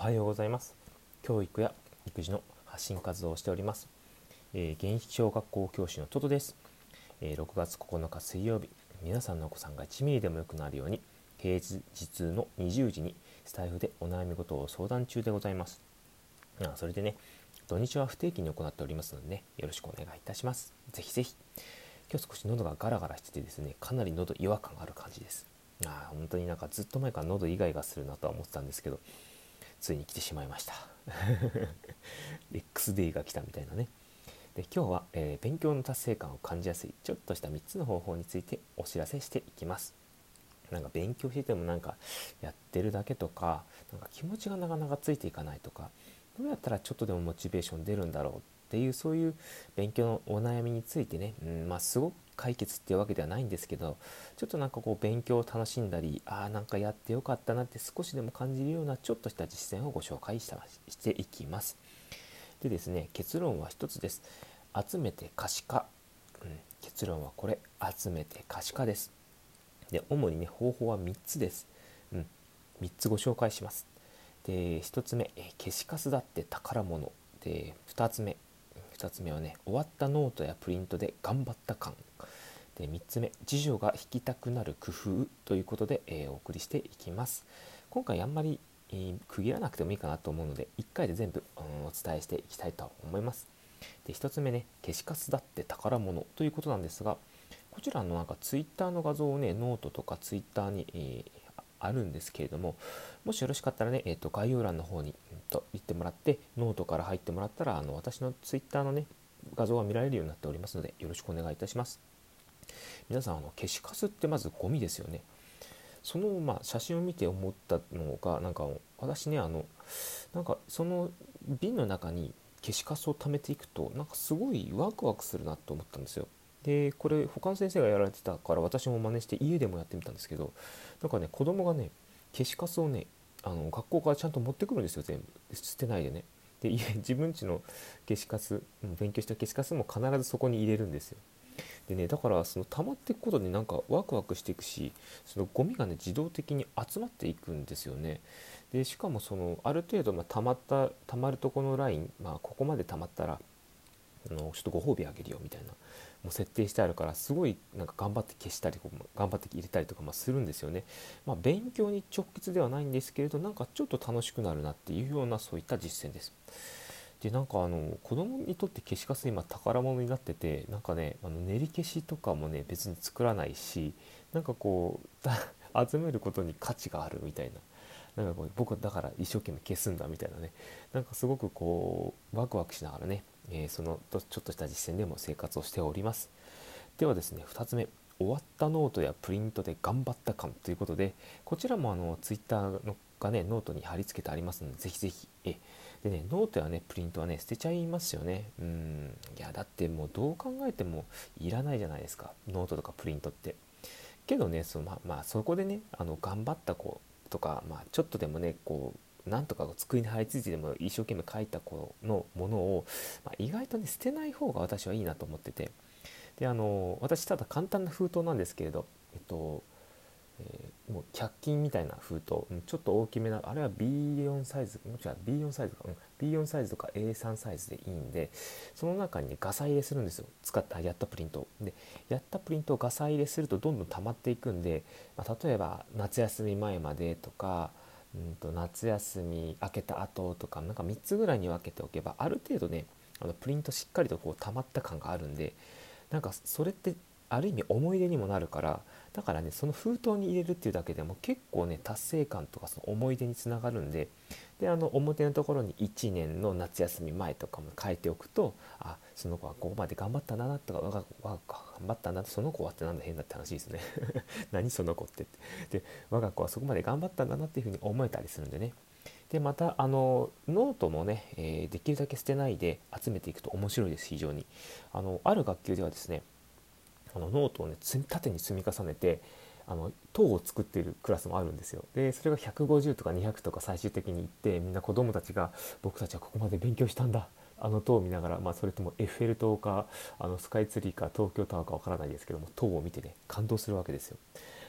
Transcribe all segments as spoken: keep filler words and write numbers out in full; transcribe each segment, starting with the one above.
はようございます。教育や育児の発信活動をしております。えー、現役小学校教師のトトです。えー、ろくがつここのか水曜日、皆さんのお子さんがいちミリでも良くなるように、平日のにじゅうじにスタイフでお悩み事を相談中でございます。あそれでね、土日は不定期に行っておりますのでね、よろしくお願いいたします。ぜひぜひ。今日少し喉がガラガラしててですね、かなり喉違和感がある感じです。あ本当になんかずっと前から喉イガイガするなとは思ってたんですけど、ついに来てしまいました。エックスデー が来たみたいなね。で今日は、えー勉強の達成感を感じやすいちょっとしたみっつの方法についてお知らせしていきます。なんか勉強しててもなんかやってるだけとか、なんか気持ちがなかなかついていかないとか、どうやったらちょっとでもモチベーション出るんだろうっていう、そういう勉強のお悩みについてね、うん、まあすごく解決っていうわけではないんですけど、ちょっとなんかこう勉強を楽しんだり、ああなんかやってよかったなって少しでも感じるようなちょっとした実践をご紹介したしていきます。でですね、結論は一つです。集めて可視化、うん、結論はこれ、集めて可視化です。で主にね方法はみっつです。うん、みっつご紹介します。でひとつめ、え消しカスだって宝物。でふたつめふたつめはね、終わったノートやプリントで頑張った感。でみっつめ、次女が弾きたくなる工夫ということで、えーお送りしていきます。今回あんまり、えー区切らなくてもいいかなと思うので、いっかいで全部、うん、お伝えしていきたいと思います。でひとつめね、消しカスだって宝物ということなんですが、こちらのなんかツイッターの画像をね、ノートとかツイッターに、えーあるんですけれども、もしよろしかったらね、えー、と概要欄の方に、うんと行ってもらって、ノートから入ってもらったら、あの私のツイッターのね、画像が見られるようになっておりますので、よろしくお願いいたします。皆さん、あの消しカスってまずゴミですよね。その、まあ、写真を見て思ったのが、なんか私ね、あのなんかその瓶の中に消しカスを貯めていくと、なんかすごいワクワクするなと思ったんですよ。でこれ他の先生がやられてたから私も真似して家でもやってみたんですけど、なんかね、子供がね、消しカスをね、あの学校からちゃんと持ってくるんですよ、全部捨てないでね。で家自分家の消しカス、勉強した消しカスも必ずそこに入れるんですよ。でね、だからその溜まっていくことでなんかワクワクしていくし、そのゴミがね自動的に集まっていくんですよね。でしかもそのある程度、まあ、溜まった溜まるとこのライン、まあ、ここまで溜まったらあのちょっとご褒美あげるよみたいな、もう設定してあるから、すごいなんか頑張って消したり頑張って入れたりとかまあするんですよね。まあ、勉強に直結ではないんですけれど、なんかちょっと楽しくなるなっていうような、そういった実践です。でなんかあの子供にとって消しカス今宝物になってて、なんかね、あの練り消しとかもね別に作らないし、なんかこう集めることに価値があるみたいな、なんかこう僕だから一生懸命消すんだみたいなね、なんかすごくこうワクワクしながらね、えーそのとちょっとした実践でも生活をしております。ではですね、ふたつめ、終わったノートやプリントで頑張った感ということで、こちらもあのツイッターのがね、ノートに貼り付けてありますので、ぜひぜひ。えでね、ノートやね、プリントはね、捨てちゃいますよね。うん、いや、だってもうどう考えてもいらないじゃないですか、ノートとかプリントって。けどね、そのまあ、まあ、そこでね、あの頑張った子とか、まあ、ちょっとでもね、こう、なんとか机に張り付いてでも一生懸命書いた子のものを、まあ、意外とね、捨てない方が私はいいなと思ってて、であの私ただ簡単な封筒なんですけれど、えっと、えーもうひゃく均みたいな封筒、うんちょっと大きめな、あれは ビーよん サイズ、もちろん ビーよん サイズか、うん、ビーよん サイズとか エーさん サイズでいいんで、その中に、ね、ガサ入れするんですよ。使ったやったプリントで、やったプリントをガサ入れするとどんどん溜まっていくんで、まあ、例えば夏休み前までとか、うんと夏休み明けた後とか、なんかみっつぐらいに分けておけば、ある程度ね、あのプリントしっかりとこう溜まった感があるんで、なんかそれってある意味思い出にもなるから、だからね、その封筒に入れるっていうだけでも結構ね、達成感とかその思い出につながるんで、であの表のところにいちねんの夏休み前とかも書いておくと、あ、その子はここまで頑張ったんだなとか、我が子は頑張ったんだ、その子はってなんだ変だって話ですね。何その子ってって。で我が子はそこまで頑張ったんだなっていうふうに思えたりするんでね。でまたあのノートもね、えーできるだけ捨てないで集めていくと面白いです。非常にあのある学級ではですね、あのノートをね積み縦に積み重ねて、あの塔を作っているクラスもあるんですよ。でそれがひゃくごじゅうとかにひゃくとか最終的にいって、みんな子供たちが、僕たちはここまで勉強したんだ、あの塔を見ながら、まあ、それともエッフェル塔かあのスカイツリーか東京タワーかわからないですけども、塔を見てね感動するわけですよ。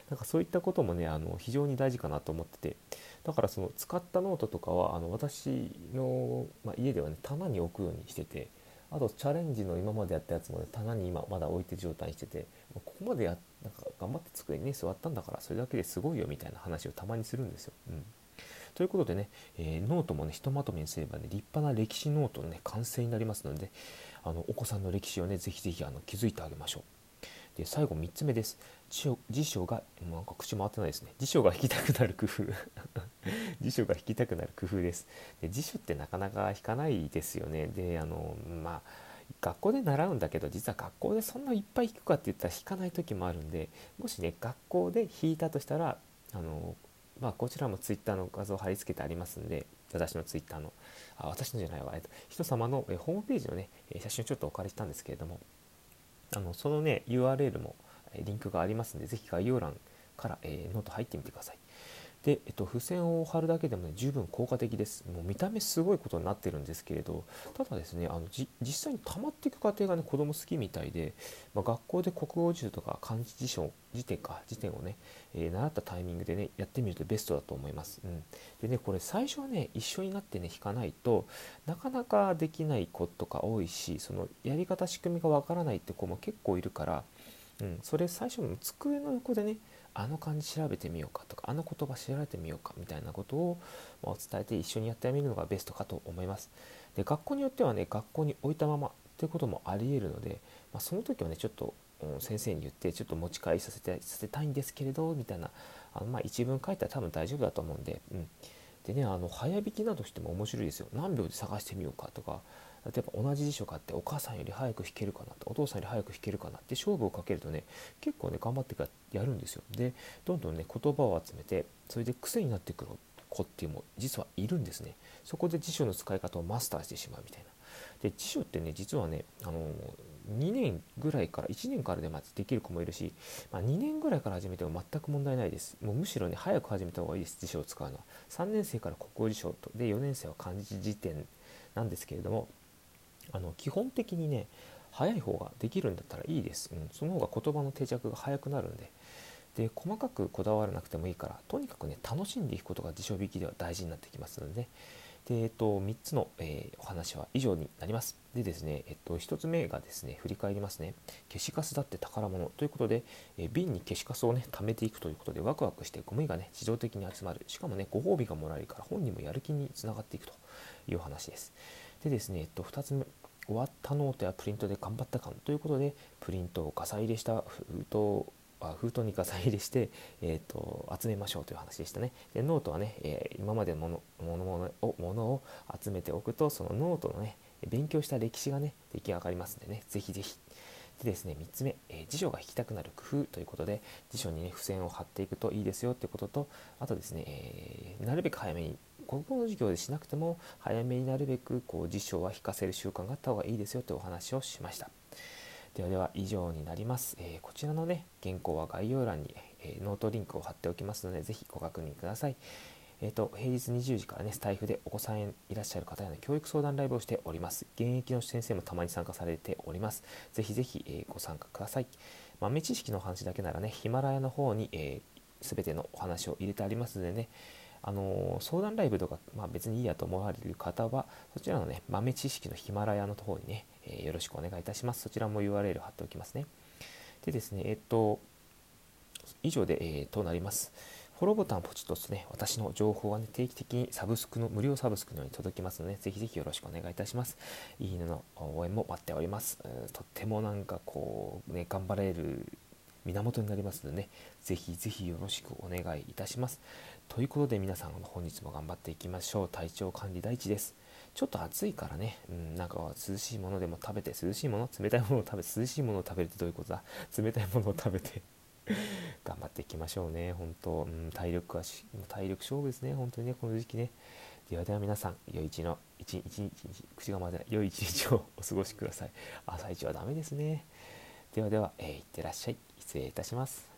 なんかそういったこともねあの非常に大事かなと思ってて、だからその使ったノートとかはあの私の、まあ、家ではね棚に置くようにしてて、あとチャレンジの今までやったやつもね棚に今まだ置いてる状態にしてて、ここまでやなんか頑張って机にね座ったんだからそれだけですごいよみたいな話をたまにするんですよ。うん、ということでね、えーノートもねひとまとめにすればね立派な歴史ノートのね完成になりますので、あのお子さんの歴史をねぜひぜひあの気づいてあげましょう。で最後みっつめです。辞書辞書がもうなんか口回ってないですね。辞書が引きたくなる工夫辞書が引きたくなる工夫です。で辞書ってなかなか引かないですよね。であのまあ学校で習うんだけど実は学校でそんないっぱい引くかって言ったら引かない時もあるんで、もしね学校で引いたとしたらあのまあこちらもツイッターの画像を貼り付けてありますんで、私のツイッターのあ私のじゃないわ、えっと、人様のえホームページのね写真をちょっとお借りしたんですけれども、あのそのね ユーアールエル もリンクがありますので、ぜひ概要欄から、えー、ノート入ってみてください。で、えっと、付箋を貼るだけでも、ね、十分効果的です。もう見た目すごいことになってるんですけれど、ただですね、あのじ実際に溜まっていく過程がね、子供好きみたいで、まあ、学校で国語辞書とか漢字辞書、辞典か、辞典をね、えー習ったタイミングでね、やってみるとベストだと思います。うん、でね、これ最初はね、一緒になってね、弾かないとなかなかできない子とか多いし、そのやり方、仕組みがわからないって子も結構いるから、うん、それ最初の机の横でね、あの漢字調べてみようかとか、あの言葉調べてみようかみたいなことをまあお伝えて一緒にやってみるのがベストかと思います。で、学校によってはね、学校に置いたままっていうこともあり得るので、まあ、その時はね、ちょっとうん先生に言ってちょっと持ち帰りさせてさせたいんですけれどみたいな、あのまあ一文書いたら多分大丈夫だと思うんで、うん、でね、あの早弾きなどしても面白いですよ。何秒で探してみようかとか、例えば同じ辞書買ってお母さんより早く弾けるかなと、お父さんより早く弾けるかなって勝負をかけるとね、結構ね頑張ってからやるんですよ。でどんどんね言葉を集めて、それで癖になってくる子っていうのも実はいるんですね。そこで辞書の使い方をマスターしてしまうみたいな。で辞書ってね実はね、あのにねんぐらいからいちねんからでまずできる子もいるし、まあ、にねんぐらいから始めても全く問題ないです。もうむしろね早く始めた方がいいです。辞書を使うのはさんねん生から国語辞書とで、よねん生は漢字辞典なんですけれども、あの基本的にね早い方ができるんだったらいいです。うん、その方が言葉の定着が早くなるんで。で細かくこだわらなくてもいいから、とにかくね楽しんでいくことが辞書引きでは大事になってきますので、ね、で、えっと、みっつの、えーお話は以上になります。でですね、えっと、ひとつめがですね、振り返りますね。消しカスだって宝物ということで、えー瓶に消しカスをね、貯めていくということで、ワクワクしてゴミがね、自動的に集まる。しかもね、ご褒美がもらえるから、本人もやる気につながっていくという話です。でですね、えっと、ふたつめ、終わったノートやプリントで頑張った感ということで、プリントをガサ入れした封筒あ封筒にガサ入れして、えー、と集めましょうという話でしたね。でノートはね、えー今までのものものものをものを集めておくと、そのノートのね勉強した歴史がね出来上がりますんでね、ぜひぜひ。でですね、みっつめ、えー辞書が引きたくなる工夫ということで、辞書にね付箋を貼っていくといいですよってことと、あとですね、えーなるべく早めに国語の授業でしなくても早めになるべくこう辞書は引かせる習慣があった方がいいですよというお話をしました。ではでは以上になります。えーこちらのね原稿は概要欄に、えーノートリンクを貼っておきますので、ぜひご確認ください。えーと、平日にじゅうじからね、スタイフでお子さんいらっしゃる方への教育相談ライブをしております。現役の先生もたまに参加されております。ぜひぜひ、えーご参加ください。豆知識の話だけならね、ヒマラヤの方に、えー、全てのお話を入れてありますのでね、あのー相談ライブとか、まあ、別にいいやと思われる方は、そちらのね、豆知識のヒマラヤの方にね、えーよろしくお願いいたします。そちらも ユーアールエル 貼っておきますね。でですね、えっと、以上で、えーとなります。フォローボタンをポチッと押すとね、私の情報はね、定期的にサブスクの、無料サブスクのように届きますので、ぜひぜひよろしくお願いいたします。いいねの応援も待っております。うんとってもなんかこう、ね、頑張れる源になりますのでね、ぜひぜひよろしくお願いいたします。ということで皆さん、本日も頑張っていきましょう。体調管理第一です。ちょっと暑いからね、うん、なんか涼しいものでも食べて、涼しいもの冷たいものを食べて、涼しいものを食べるってどういうことだ、冷たいものを食べて頑張っていきましょうね。本当、うん、体力はし体力勝負ですね。本当にね、この時期ね。ではでは皆さん、良い一日の一日一日口が回せない良い一日をお過ごしください。朝一はダメですね。ではでは、えー、いってらっしゃい。失礼いたします。